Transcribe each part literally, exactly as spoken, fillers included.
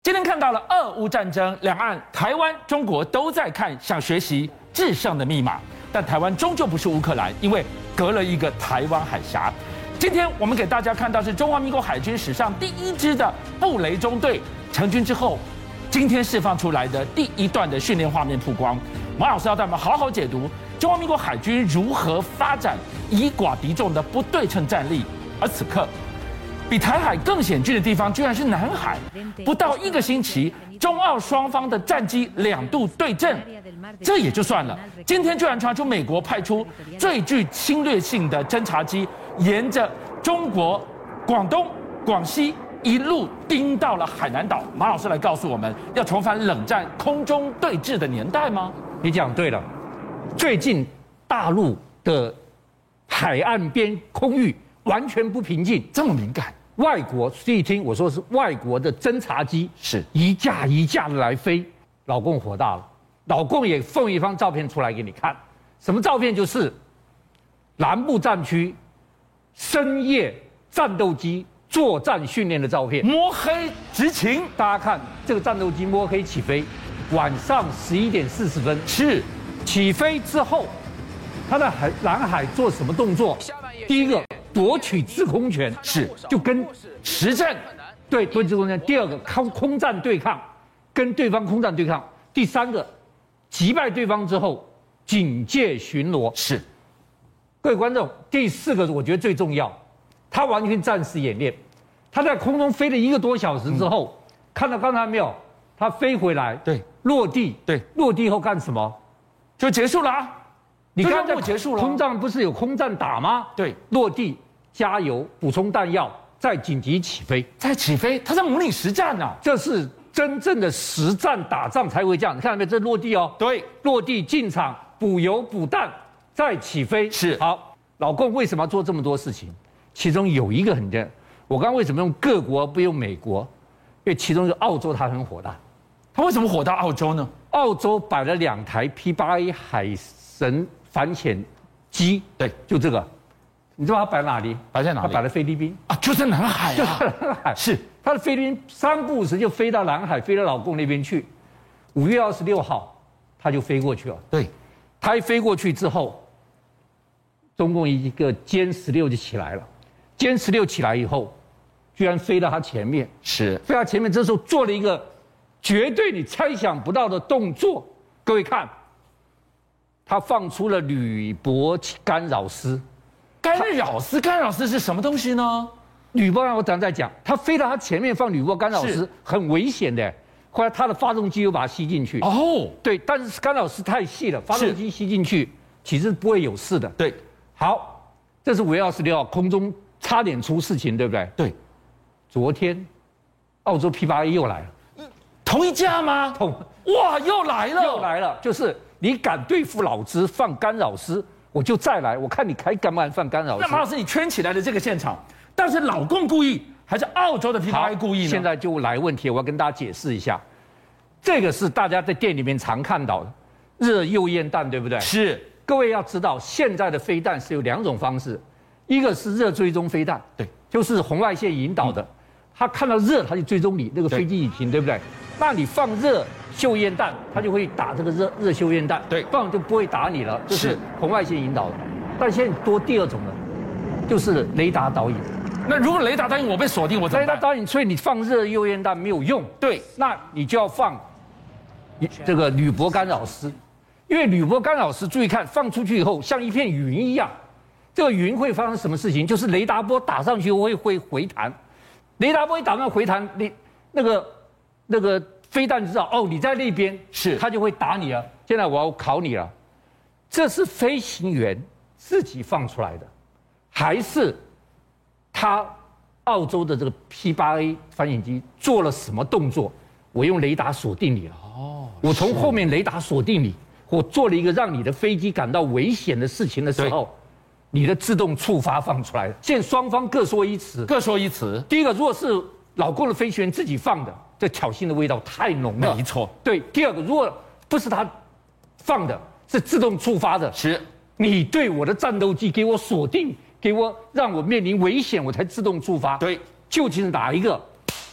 今天看到了俄乌战争，两岸、台湾、中国都在看，想学习制胜的密码。但台湾终究不是乌克兰，因为隔了一个台湾海峡。今天我们给大家看到是中华民国海军史上第一支的布雷中队成军之后，今天释放出来的第一段的训练画面曝光。马老师要带我们好好解读中华民国海军如何发展以寡敌众的不对称战力。而此刻，比台海更险峻的地方居然是南海。不到一个星期，中澳双方的战机两度对阵，这也就算了。今天居然传出美国派出最具侵略性的侦察机，沿着中国广东、广西一路盯到了海南岛。马老师来告诉我们，要重返冷战空中对峙的年代吗？ 你讲对了，最近大陆的海岸边空域完全不平静， 这么敏感。 外国注意听，我说是外国的侦察机是一架一架的来飞，老共火大了。老共也放一张照片出来给你看，什么照片？就是南部战区深夜战斗机作战训练的照片， 摸黑执勤。 大家看这个战斗机摸黑起飞，晚上十一点四十分是起飞之后，他在海南海做什么动作？第一个夺取制空权， 是就跟实战对夺取制空权。第二个空空战对抗，跟对方空战对抗。第三个击败对方之后，警戒巡逻。 是各位观众，第四个我觉得最重要，他完全战时演练。他在空中飞了一个多小时之后，嗯、看到刚才没有？他飞回来， 对， 落地， 对， 落地后干什么？ 就结束了啊！ 你刚才结束了， 空战不是有空战打吗？ 对， 落地加油，补充弹药，再紧急起飞， 再起飞，他在模拟实战呢、啊。 这是真正的实战打仗才会这样。你看到没有？这落地哦， 对， 落地进场补油补弹，再起飞。 是好，老共为什么要做这么多事情？其中有一个很重要，我刚刚为什么用各国不用美国？因为其中一个澳洲，它很火大。 他为什么火到澳洲呢？ 澳洲摆了两台 P 八 A 海神反潜机， 对， 就这个，你知道它摆哪里？ 摆在哪里？ 它摆在菲律宾啊，就在南海啊， 就在南海。 是， 它的菲律宾三不五时就飞到南海，飞到老共那边去。五月二十六号，它就飞过去了。 对， 它一飞过去之后，中共一个歼十六就起来了。歼十六起来以后，居然飞到它前面， 是飞到前面，这时候做了一个绝对你猜想不到的动作。各位看，他放出了铝箔干扰丝。 干扰丝，干扰丝是什么东西呢？ 铝箔干扰我等下再讲。他飞到他前面放铝箔干扰丝，很危险的。后来他的发动机又把它吸进去。 哦， 对，但是干扰丝太细了，发动机吸进去其实不会有事的。 对， 好，这是五月二十六号空中差点出事情，对不对？ 对， 昨天澳洲 P 八 A 又来了。 同一架吗？ 同哇，又来了， 又来了！就是你敢对付老子放干扰丝，我就再来，我看你还敢不敢放干扰丝。 那马老师，你圈起来的这个现场，但是老共故意还是澳洲的 P 八 A 故意呢？ 现在就来问题，我要跟大家解释一下，这个是大家在店里面常看到的热诱焰弹，对不对？ 是。 各位要知道，现在的飞弹是有两种方式，一个是热追踪飞弹， 对， 就是红外线引导的，他看到热他就追踪你那个飞机引擎，对不对？那你放热嗅焰弹，它就会打这个热热嗅焰弹， 对， 放就不会打你了，这是红外线引导的。但现在多第二种了，就是雷达导引。 那如果雷达导引我被锁定，我怎么办？ 雷达导引，所以你放热诱焰弹没有用， 对， 那你就要放这个铝箔干扰丝，因为铝箔干扰丝，注意看，放出去以后像一片云一样，这个云会发生什么事情？就是雷达波打上去会会回弹，雷达波一打上回弹，你那个。那个飞弹知道哦，你在那边， 是他就会打你了。现在我要考你了，这是飞行员自己放出来的，还是他澳洲的这个 P 八 A 反潜机做了什么动作？我用雷达锁定你了。哦，我从后面雷达锁定你，我做了一个让你的飞机感到危险的事情的时候，你的自动触发放出来了。现在双方各说一词， 各说一词。 第一个，如果是老共的飞行员自己放的。这挑衅的味道太浓了， 没错。 对，第二个，如果不是他放的，是自动触发的， 是你对我的战斗机给我锁定，给我让我面临危险，我才自动触发。 对， 究竟是哪一个？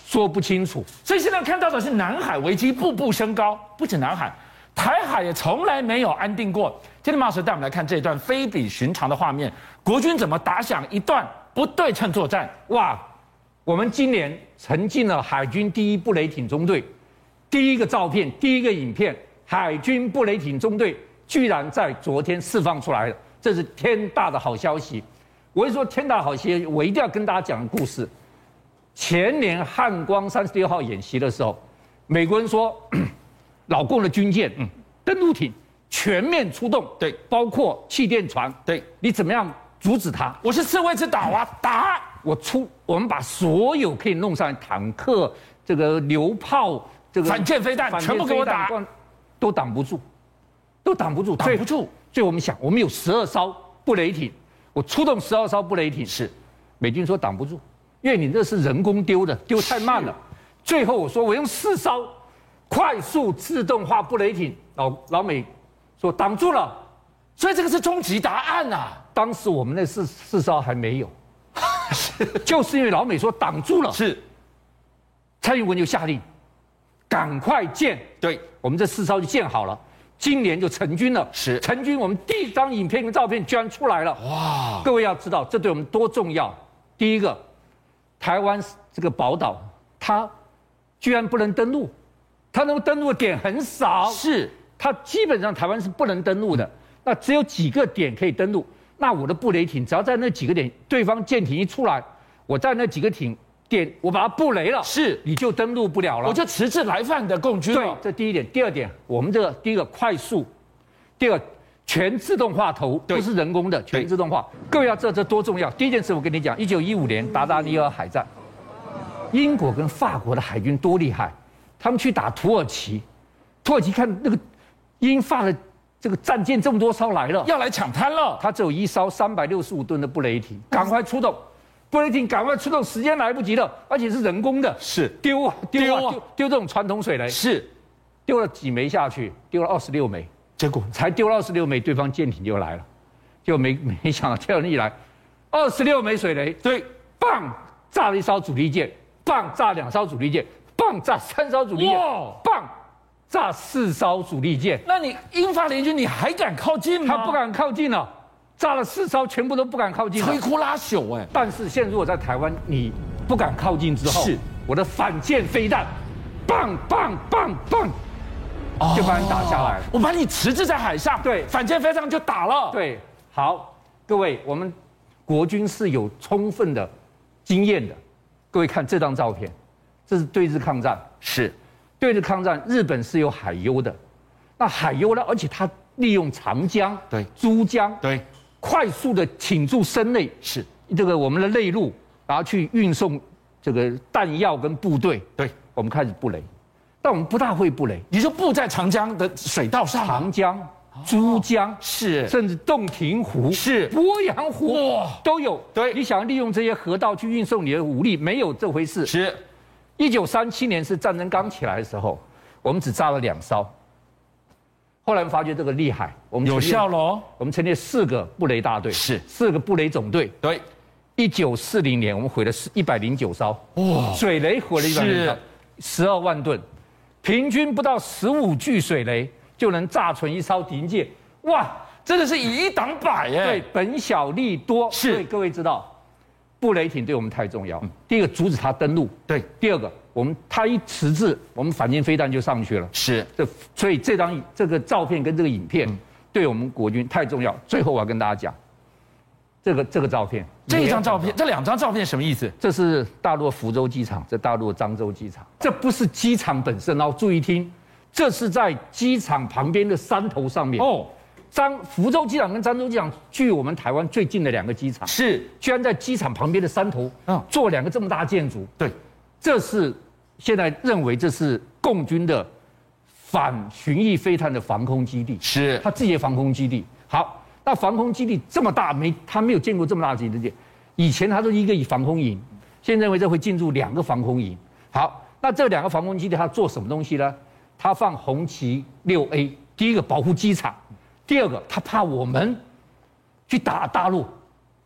说不清楚。 所以现在看到的是南海危机步步升高，不止南海，台海也从来没有安定过。今天马老师带我们来看这一段非比寻常的画面，国军怎么打响一段不对称作战？ 哇！我们今年曾进了海军第一布雷艇中队，第一个照片、第一个影片，海军布雷艇中队居然在昨天释放出来了，这是天大的好消息。我一说天大好消息，我一定要跟大家讲个故事。前年汉光三十六号演习的时候，美国人说，老共的军舰、嗯、登陆艇全面出动， 对， 包括气垫船， 对， 你怎么样阻止它？ 我是刺猬之岛啊，打！ 我出，我们把所有可以弄上坦克、这个榴炮、这个反舰飞弹全部给我打， 都挡不住，都挡不住， 挡不住。 所以我们想，我们有十二艘布雷艇，我出动十二艘布雷艇， 是， 美军说挡不住，因为你这是人工丢的，丢太慢了。最后我说我用四艘快速自动化布雷艇，老老美说挡住了， 所以这个是终极答案啊。 当时我们那四四艘还没有。就是因为老美说挡住了， 是蔡英文就下令赶快建， 对， 我们这四艘就建好了，今年就成军了。 是成军，我们第一张影片跟照片居然出来了，哇！各位要知道这对我们多重要。第一个，台湾这个宝岛，它居然不能登陆，它能登陆的点很少， 是它基本上台湾是不能登陆的，那只有几个点可以登陆。那我的布雷艇只要在那几个点，对方舰艇一出来，我在那几个艇点，我把它布雷了， 是你就登陆不了了， 我就迟滞来犯的共军了。 对，这第一点。第二点，我们这个第一个快速，第二个全自动化头，不是人工的，全自动化。各位要知道这多重要。第一件事我跟你讲，一九一五年达达尼尔海战，英国跟法国的海军多厉害，他们去打土耳其，土耳其看那个英法的。这个战舰这么多艘来了， 要来抢滩了。 它只有一艘三百六十五吨的布雷艇，赶快出动！布雷艇赶快出动，时间来不及了，而且是人工的， 是丢啊丢啊丢丢这种传统水雷， 是丢了几枚下去，丢了二十六枚， 结果才丢了二十六枚，对方舰艇就来了，就没没想到这样一来，二十六枚水雷， 对， 棒炸了一艘主力舰，棒炸两艘主力舰，棒炸三艘主力舰，棒。炸四艘主力舰， 那你英法联军你还敢靠近吗？ 他不敢靠近了，炸了四艘，全部都不敢靠近了， 摧枯拉朽哎！ 但是现在如果在台湾，你不敢靠近之后， 是我的反舰飞弹，棒棒棒棒，就把你打下来了。 我把你迟滞在海上， 对， 反舰飞弹就打了。 对，好，各位，我们国军是有充分的经验的。各位看这张照片，这是对日抗战， 是。 对日抗战，日本是有海优的，那海优呢？而且它利用长江、 对珠江， 对， 快速的挺住深内， 是这个我们的内陆，然后去运送这个弹药跟部队。 对， 我们开始布雷，但我们不大会布雷。 你就布在长江的水道上， 长江、珠江是， 甚至洞庭湖是、 鄱阳湖哇都有。 对， 你想利用这些河道去运送你的武力，没有这回事。 是。 一九三七年是战争刚起来的时候，我们只炸了两艘。后来我们发觉这个厉害，我们有效喽。 我们成立四个布雷大队， 是四个布雷总队。 对， 一九四零年我们毁了一百零九艘，哇，水雷毁了一百零九艘，十二万吨，平均不到十五具水雷就能炸沉一艘敌舰，哇， 真的是以一挡百耶。 对，本小利多。 是， 所以各位知道。布雷艇对我们太重要。第一个，阻止它登陆； 对， 第二个，我们它一迟滞，我们反舰飞弹就上去了。 是， 这所以这张这个照片跟这个影片，对我们国军太重要。最后我要跟大家讲，这个这个照片， 这一张照片，这两张照片什么意思？ 这是大陆福州机场，这大陆漳州机场，这不是机场本身哦，注意听，这是在机场旁边的山头上面哦。漳福州机场跟漳州机场距我们台湾最近的两个机场， 是居然在机场旁边的山头，嗯，做两个这么大建筑。 对， 这是现在认为这是共军的反巡弋飞弹的防空基地， 是他自己的防空基地。好，那防空基地这么大，没他没有见过这么大的基地，以前他都一个以防空营，现在认为这会进入两个防空营。好，那这两个防空基地它做什么东西呢？它放红旗六 A， 第一个保护机场。第二个，他怕我们去打大陆，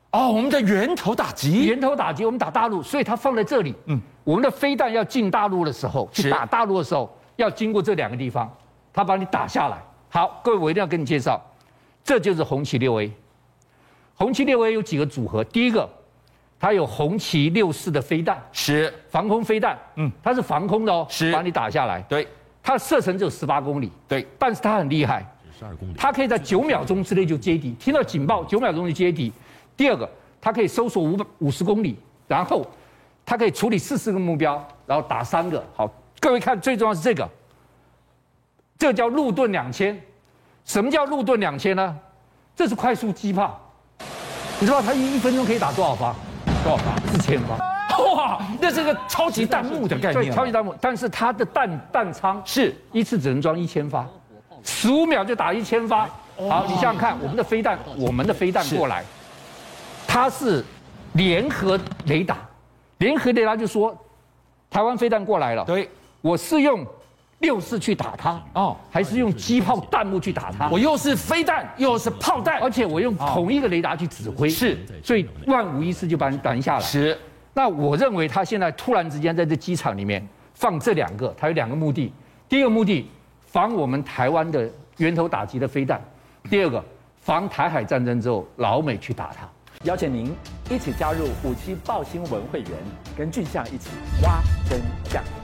哦，我们的源头打击， 源头打击，我们打大陆，所以它放在这里。嗯，我们的飞弹要进大陆的时候，去打大陆的时候，要经过这两个地方，它把你打下来。好，各位，我一定要跟你介绍，这就是红旗六 A。红旗六 A 有几个组合？第一个，它有红旗六四的飞弹， 是防空飞弹，嗯，它是防空的哦， 是把你打下来。 对， 它的射程只有十八公里， 对， 但是它很厉害， 十二公里， 它可以在九秒钟之内就接敌，听到警报九秒钟就接敌。第二个，它可以搜索五百五十公里，然后它可以处理四十个目标，然后打三个。好，各位看，最重要是这个，这个叫陆盾两千。什么叫陆盾两千呢？这是快速机炮，你知道它一一分钟可以打多少发？多少发？四千发。 哇，那是个超级弹幕的概念， 对，超级弹幕。但是它的弹弹仓是一次只能装一千发，十五秒就打一千发。好，你想想看，我们的飞弹，我们的飞弹过来。它是联合雷达，联合雷达就说，台湾飞弹过来了， 对， 我是用六四去打它，哦，还是用机炮弹幕去打它？ 我又是飞弹，又是炮弹， 而且我用同一个雷达去指挥， 是， 所以万无一失就把你挡下来。 是， 那我认为他现在突然之间在这机场里面放这两个，他有两个目的：第一个目的防我们台湾的源头打击的飞弹；第二个防台海战争之后老美去打它。 邀请您一起加入五七爆新闻会员，跟俊相一起挖真相。